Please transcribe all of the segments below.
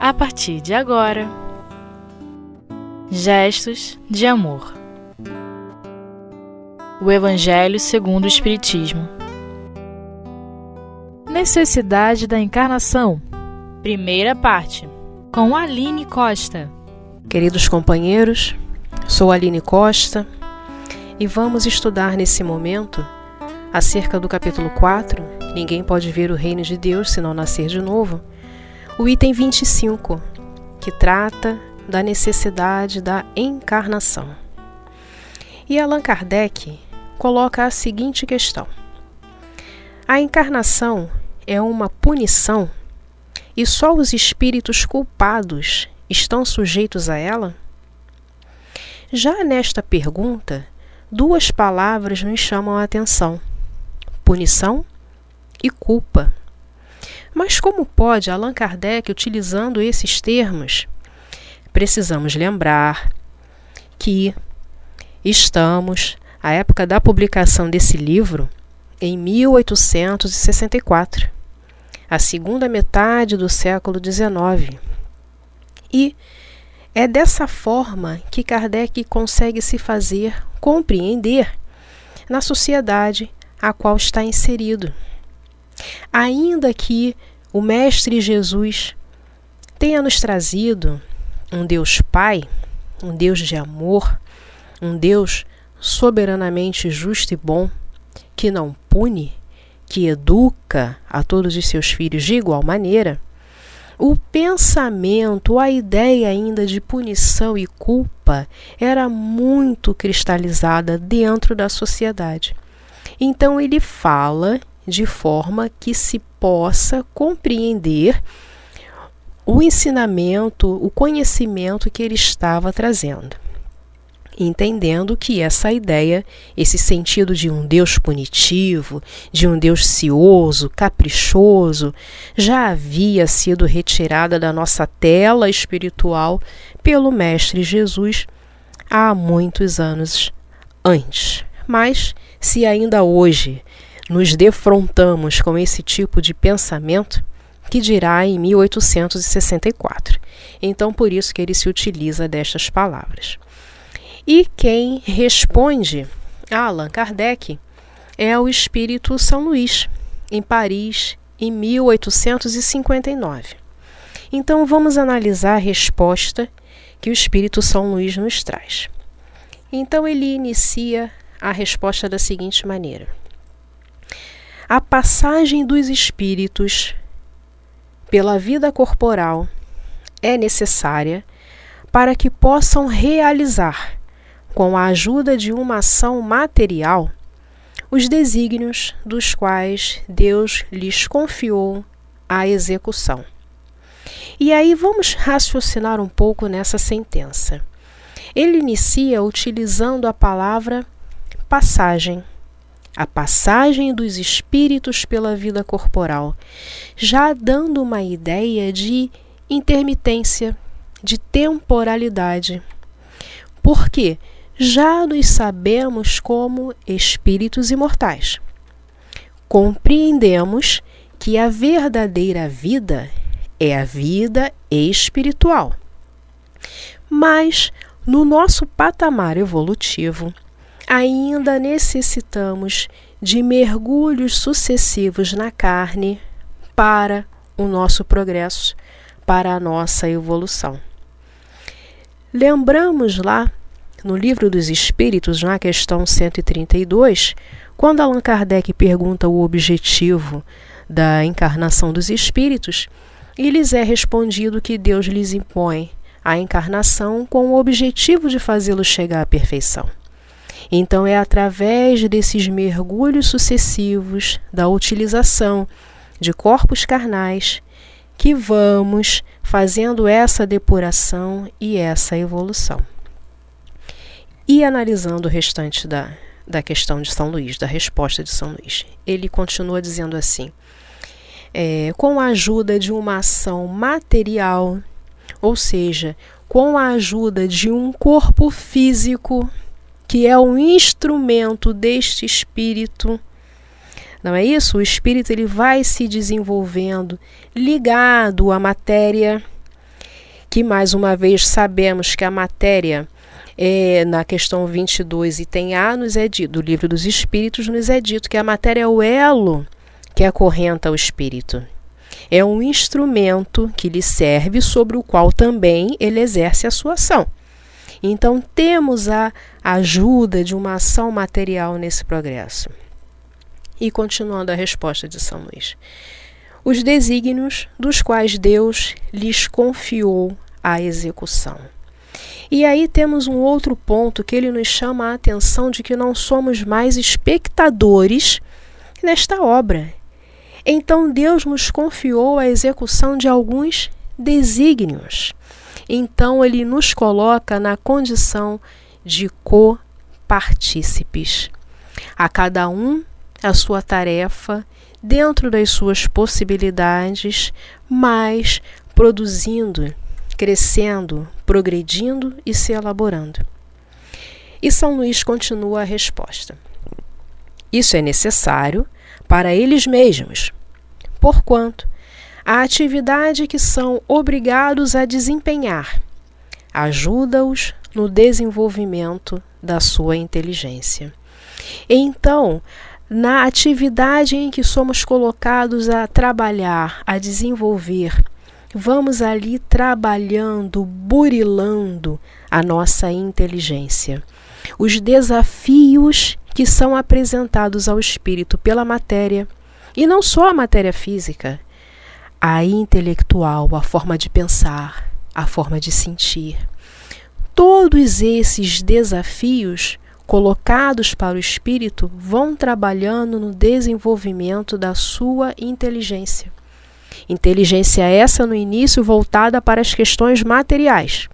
a partir de agora. Gestos de amor. O Evangelho segundo o Espiritismo. Necessidade da encarnação. Primeira parte, com Aline Costa. Queridos companheiros, sou Aline Costa e vamos estudar nesse momento acerca do capítulo 4, Ninguém pode ver o reino de Deus se não nascer de novo, o item 25, que trata da necessidade da encarnação. E Allan Kardec coloca a seguinte questão: a encarnação é uma punição e só os espíritos culpados estão sujeitos a ela? Já nesta pergunta, duas palavras nos chamam a atenção: punição e culpa. Mas como pode Allan Kardec, utilizando esses termos? Precisamos lembrar que estamos, à época da publicação desse livro, em 1864, a segunda metade do século XIX. E é dessa forma que Kardec consegue se fazer compreender na sociedade a qual está inserido. Ainda que o Mestre Jesus tenha nos trazido um Deus Pai, um Deus de amor, um Deus soberanamente justo e bom, que não pune, que educa a todos os seus filhos de igual maneira, o pensamento, a ideia ainda de punição e culpa era muito cristalizada dentro da sociedade. Então ele fala de forma que se possa compreender o ensinamento, o conhecimento que ele estava trazendo, entendendo que essa ideia, esse sentido de um Deus punitivo, de um Deus cioso, caprichoso, já havia sido retirada da nossa tela espiritual pelo Mestre Jesus há muitos anos antes. Mas, se ainda hoje nos defrontamos com esse tipo de pensamento, que dirá em 1864. Então, por isso que ele se utiliza destas palavras. E quem responde a Allan Kardec é o Espírito São Luís, em Paris, em 1859. Então, vamos analisar a resposta que o Espírito São Luís nos traz. Então, ele inicia a resposta da seguinte maneira: a passagem dos espíritos pela vida corporal é necessária para que possam realizar, com a ajuda de uma ação material, os desígnios dos quais Deus lhes confiou a execução. E aí vamos raciocinar um pouco nessa sentença. Ele inicia utilizando a palavra passagem. A passagem dos espíritos pela vida corporal, já dando uma ideia de intermitência, de temporalidade. Porque já nos sabemos como espíritos imortais. Compreendemos que a verdadeira vida é a vida espiritual. Mas, no nosso patamar evolutivo, ainda necessitamos de mergulhos sucessivos na carne para o nosso progresso, para a nossa evolução. Lembramos lá, no Livro dos Espíritos, na questão 132, quando Allan Kardec pergunta o objetivo da encarnação dos espíritos, e lhes é respondido que Deus lhes impõe a encarnação com o objetivo de fazê-los chegar à perfeição. Então é através desses mergulhos sucessivos da utilização de corpos carnais que vamos fazendo essa depuração e essa evolução. E analisando o restante da questão de São Luís, da resposta de São Luís, ele continua dizendo assim: com a ajuda de uma ação material, ou seja, com a ajuda de um corpo físico, que é um instrumento deste espírito. Não é isso? O espírito ele vai se desenvolvendo ligado à matéria, que mais uma vez sabemos que a matéria, na questão 22, item A, nos é dito, do Livro dos Espíritos, nos é dito que a matéria é o elo que acorrenta o espírito. É um instrumento que lhe serve, sobre o qual também ele exerce a sua ação. Então, temos a ajuda de uma ação material nesse progresso. E continuando a resposta de São Luís. Os desígnios dos quais Deus lhes confiou a execução. E aí temos um outro ponto que ele nos chama a atenção de que não somos mais espectadores nesta obra. Então Deus nos confiou a execução de alguns desígnios. Então ele nos coloca na condição de copartícipes. A cada um a sua tarefa, dentro das suas possibilidades, mas produzindo, crescendo, progredindo e se elaborando. E São Luís continua a resposta. Isso é necessário para eles mesmos, porquanto a atividade que são obrigados a desempenhar ajuda-os no desenvolvimento da sua inteligência. Então, na atividade em que somos colocados a trabalhar, a desenvolver, vamos ali trabalhando, burilando a nossa inteligência. Os desafios que são apresentados ao espírito pela matéria, e não só a matéria física, a intelectual, a forma de pensar, a forma de sentir. Todos esses desafios colocados para o espírito vão trabalhando no desenvolvimento da sua inteligência. Inteligência essa no início voltada para as questões materiais,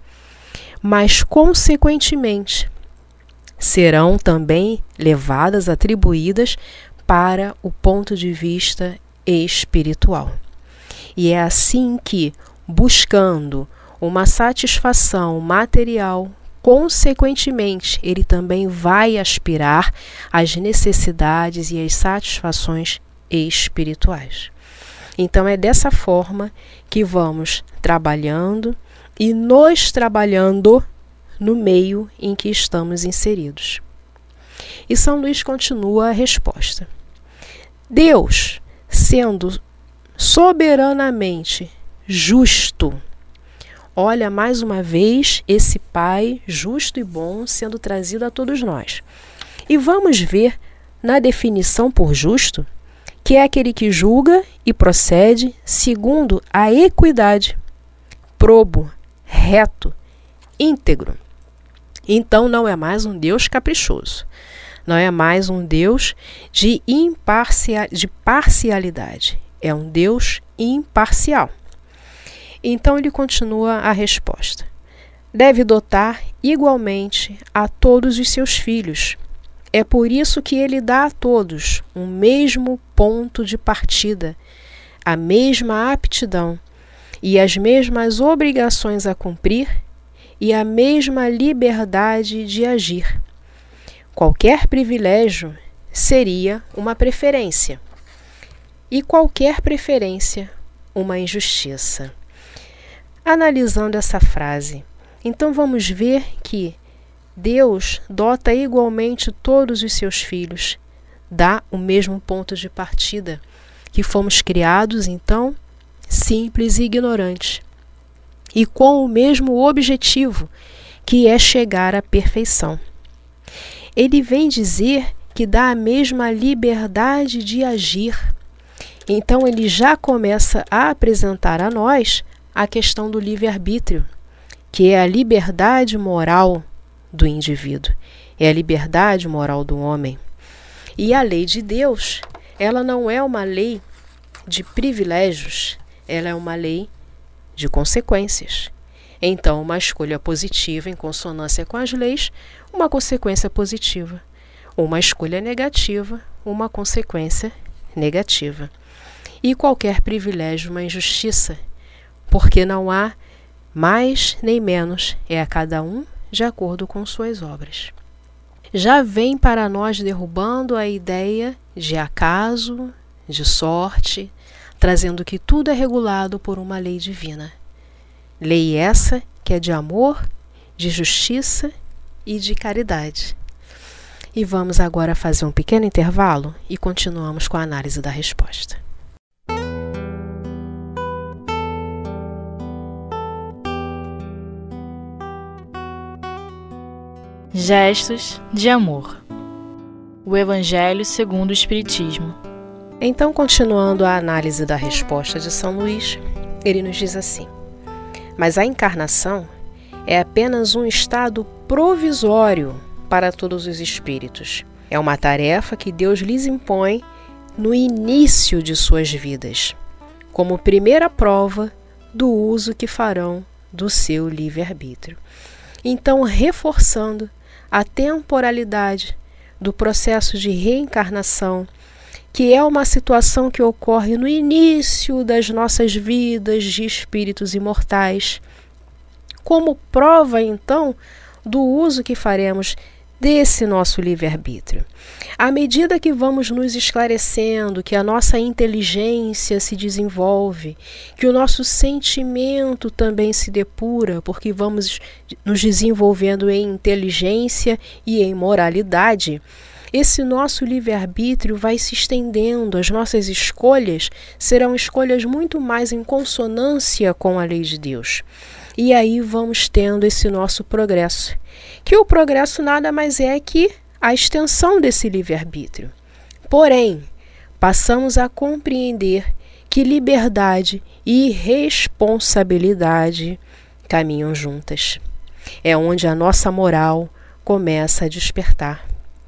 mas consequentemente serão também levadas, atribuídas para o ponto de vista espiritual. E é assim que, buscando uma satisfação material, consequentemente, ele também vai aspirar às necessidades e às satisfações espirituais. Então, é dessa forma que vamos trabalhando e nos trabalhando no meio em que estamos inseridos. E São Luís continua a resposta. Deus, sendo soberanamente justo, olha mais uma vez esse Pai justo e bom sendo trazido a todos nós. E vamos ver na definição por justo, que é aquele que julga e procede segundo a equidade, probo, reto, íntegro. Então não é mais um Deus caprichoso, não é mais um Deus de parcialidade, é um Deus imparcial. Então ele continua a resposta. Deve dotar igualmente a todos os seus filhos. É por isso que ele dá a todos o mesmo ponto de partida, a mesma aptidão e as mesmas obrigações a cumprir e a mesma liberdade de agir. Qualquer privilégio seria uma preferência, e qualquer preferência uma injustiça. Analisando essa frase, então vamos ver que Deus dota igualmente todos os seus filhos, dá o mesmo ponto de partida, que fomos criados, então, simples e ignorantes, e com o mesmo objetivo, que é chegar à perfeição. Ele vem dizer que dá a mesma liberdade de agir. Então ele já começa a apresentar a nós a questão do livre-arbítrio, que é a liberdade moral do indivíduo, é a liberdade moral do homem. E a lei de Deus, ela não é uma lei de privilégios, ela é uma lei de consequências. Então, uma escolha positiva em consonância com as leis, uma consequência positiva. Uma escolha negativa, uma consequência negativa. E qualquer privilégio, uma injustiça, porque não há mais nem menos, é a cada um de acordo com suas obras. Já vem para nós derrubando a ideia de acaso, de sorte, trazendo que tudo é regulado por uma lei divina. Lei essa que é de amor, de justiça e de caridade. E vamos agora fazer um pequeno intervalo e continuamos com a análise da resposta. Gestos de amor. O Evangelho segundo o Espiritismo. Então, continuando a análise da resposta de São Luís, ele nos diz assim: mas a encarnação é apenas um estado provisório para todos os espíritos. É uma tarefa que Deus lhes impõe no início de suas vidas, como primeira prova do uso que farão do seu livre-arbítrio. Então, reforçando a temporalidade do processo de reencarnação, que é uma situação que ocorre no início das nossas vidas de espíritos imortais, como prova, então, do uso que faremos desse nosso livre-arbítrio. À medida que vamos nos esclarecendo, que a nossa inteligência se desenvolve, que o nosso sentimento também se depura, porque vamos nos desenvolvendo em inteligência e em moralidade, esse nosso livre-arbítrio vai se estendendo, as nossas escolhas serão escolhas muito mais em consonância com a lei de Deus. E aí vamos tendo esse nosso progresso, que o progresso nada mais é que a extensão desse livre-arbítrio. Porém, passamos a compreender que liberdade e responsabilidade caminham juntas. É onde a nossa moral começa a despertar.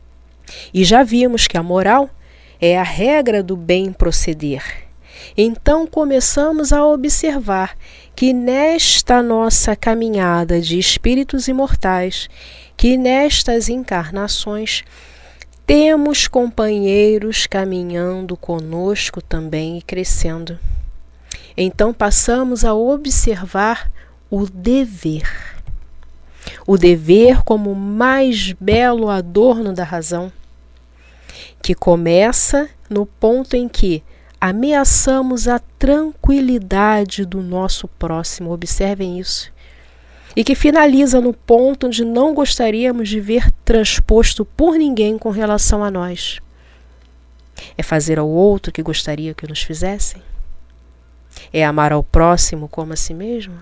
E já vimos que a moral é a regra do bem proceder. Então começamos a observar que nesta nossa caminhada de espíritos imortais, que nestas encarnações, temos companheiros caminhando conosco também e crescendo. Então passamos a observar o dever. O dever como o mais belo adorno da razão, que começa no ponto em que ameaçamos a tranquilidade do nosso próximo, observem isso, e que finaliza no ponto onde não gostaríamos de ver transposto por ninguém com relação a nós. É fazer ao outro o que gostaria que nos fizessem? É amar ao próximo como a si mesmo?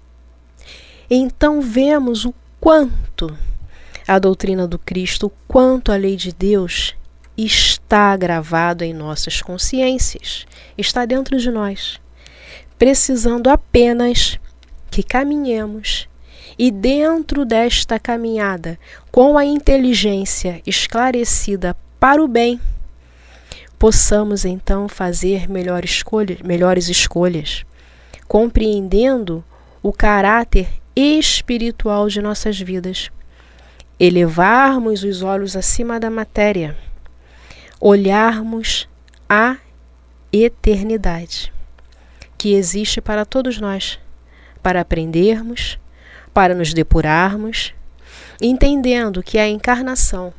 Então vemos o quanto a doutrina do Cristo, o quanto a lei de Deus está gravado em nossas consciências, está dentro de nós, precisando apenas que caminhemos e dentro desta caminhada, com a inteligência esclarecida para o bem, possamos então fazer melhores escolhas, compreendendo o caráter espiritual de nossas vidas, elevarmos os olhos acima da matéria, olharmos a eternidade que existe para todos nós, para aprendermos, para nos depurarmos, entendendo que a encarnação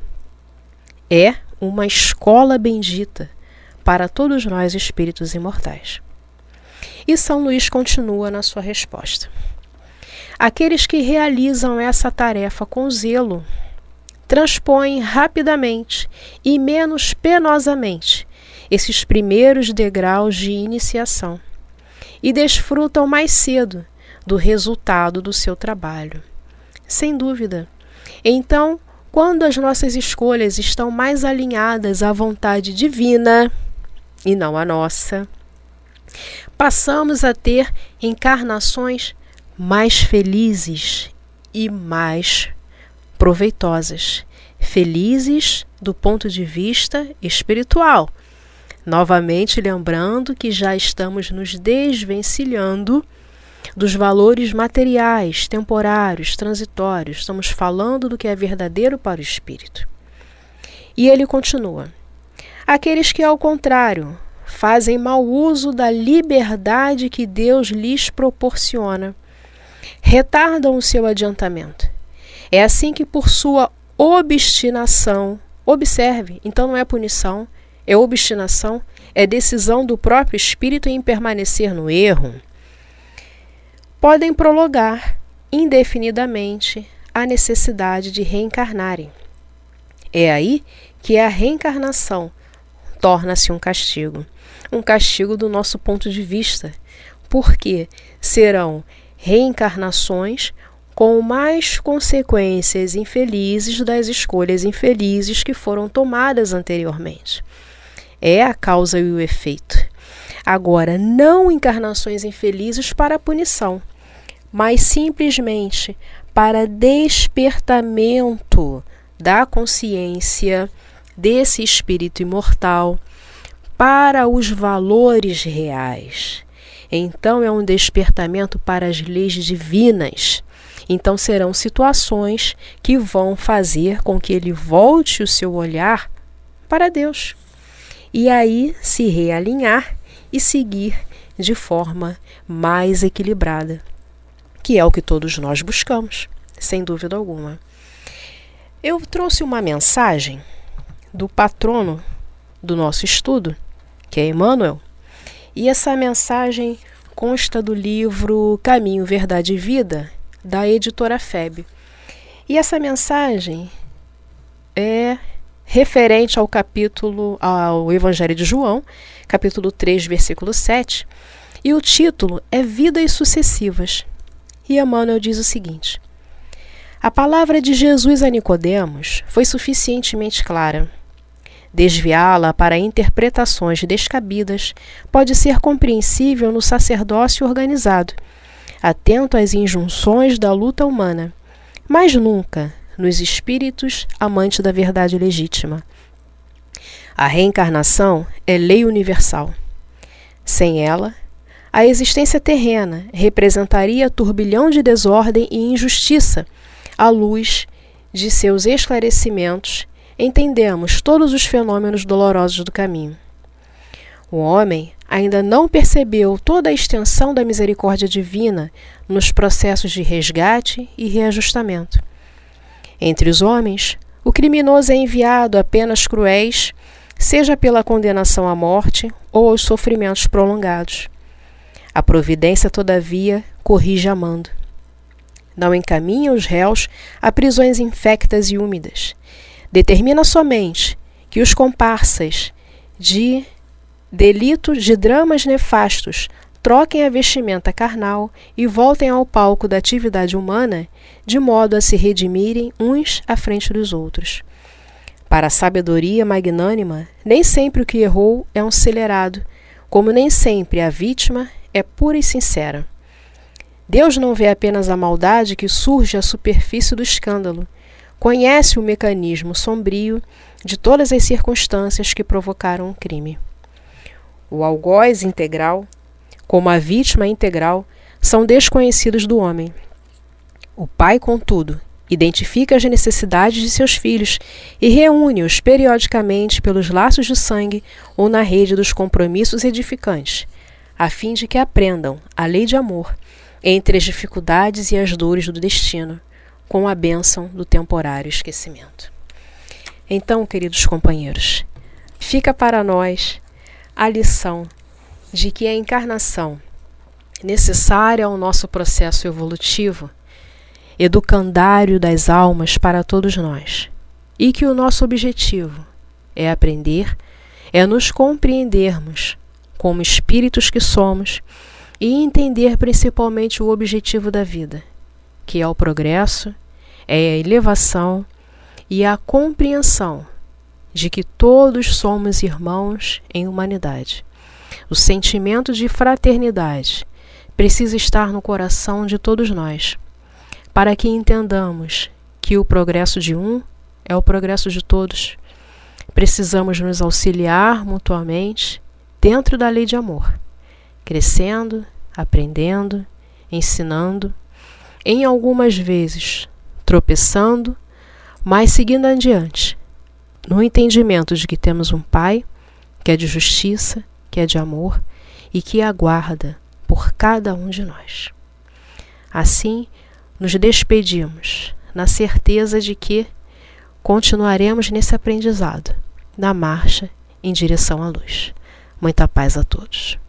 é uma escola bendita para todos nós espíritos imortais. E São Luís continua na sua resposta. Aqueles que realizam essa tarefa com zelo transpõem rapidamente e menos penosamente esses primeiros degraus de iniciação e desfrutam mais cedo do resultado do seu trabalho. Sem dúvida. Então, quando as nossas escolhas estão mais alinhadas à vontade divina e não à nossa, passamos a ter encarnações mais felizes e mais proveitosas. Felizes do ponto de vista espiritual. Novamente lembrando que já estamos nos desvencilhando dos valores materiais, temporários, transitórios. Estamos falando do que é verdadeiro para o espírito. E ele continua: aqueles que, ao contrário, fazem mau uso da liberdade que Deus lhes proporciona, retardam o seu adiantamento. É assim que, por sua obstinação, observe, então não é punição, é obstinação, é decisão do próprio espírito em permanecer no erro. podem prolongar indefinidamente a necessidade de reencarnarem. É aí que a reencarnação torna-se um castigo do nosso ponto de vista, porque serão reencarnações com mais consequências infelizes das escolhas infelizes que foram tomadas anteriormente. É a causa e o efeito. Agora, não encarnações infelizes para punição, mas simplesmente para despertamento da consciência desse espírito imortal para os valores reais. Então, é um despertamento para as leis divinas. Então, serão situações que vão fazer com que ele volte o seu olhar para Deus. E aí se realinhar e seguir de forma mais equilibrada, que é o que todos nós buscamos, sem dúvida alguma. Eu trouxe uma mensagem do patrono do nosso estudo, que é Emmanuel, e essa mensagem consta do livro Caminho, Verdade e Vida, da editora FEB. E essa mensagem é referente ao Evangelho de João, capítulo 3, versículo 7, e o título é Vidas Sucessivas. E Emmanuel diz o seguinte: a palavra de Jesus a Nicodemos foi suficientemente clara. Desviá-la para interpretações descabidas pode ser compreensível no sacerdócio organizado, atento às injunções da luta humana, mas nunca nos espíritos amantes da verdade legítima. A reencarnação é lei universal. Sem ela, a existência terrena representaria turbilhão de desordem e injustiça. À luz de seus esclarecimentos, entendemos todos os fenômenos dolorosos do caminho. O homem ainda não percebeu toda a extensão da misericórdia divina nos processos de resgate e reajustamento. Entre os homens, o criminoso é enviado a penas cruéis, seja pela condenação à morte ou aos sofrimentos prolongados. A providência, todavia, corrige amando. Não encaminha os réus a prisões infectas e úmidas. Determina somente que os comparsas de delitos, de dramas nefastos, troquem a vestimenta carnal e voltem ao palco da atividade humana, de modo a se redimirem uns à frente dos outros. Para a sabedoria magnânima, nem sempre o que errou é um celerado, como nem sempre a vítima é pura e sincera. Deus não vê apenas a maldade que surge à superfície do escândalo, conhece o mecanismo sombrio de todas as circunstâncias que provocaram o crime. O algoz integral, como a vítima integral, são desconhecidos do homem. O pai, contudo, identifica as necessidades de seus filhos e reúne-os periodicamente pelos laços de sangue ou na rede dos compromissos edificantes, a fim de que aprendam a lei de amor entre as dificuldades e as dores do destino, com a bênção do temporário esquecimento. Então, queridos companheiros, fica para nós a lição de que a encarnação necessária ao nosso processo evolutivo, educandário das almas para todos nós, e que o nosso objetivo é aprender, é nos compreendermos como espíritos que somos e entender principalmente o objetivo da vida, que é o progresso, é a elevação e a compreensão de que todos somos irmãos em humanidade. O sentimento de fraternidade precisa estar no coração de todos nós, para que entendamos que o progresso de um é o progresso de todos. Precisamos nos auxiliar mutuamente dentro da lei de amor, crescendo, aprendendo, ensinando, em algumas vezes tropeçando, mas seguindo adiante, no entendimento de que temos um Pai que é de justiça, que é de amor e que aguarda por cada um de nós. Assim, nos despedimos na certeza de que continuaremos nesse aprendizado, na marcha em direção à luz. Muita paz a todos.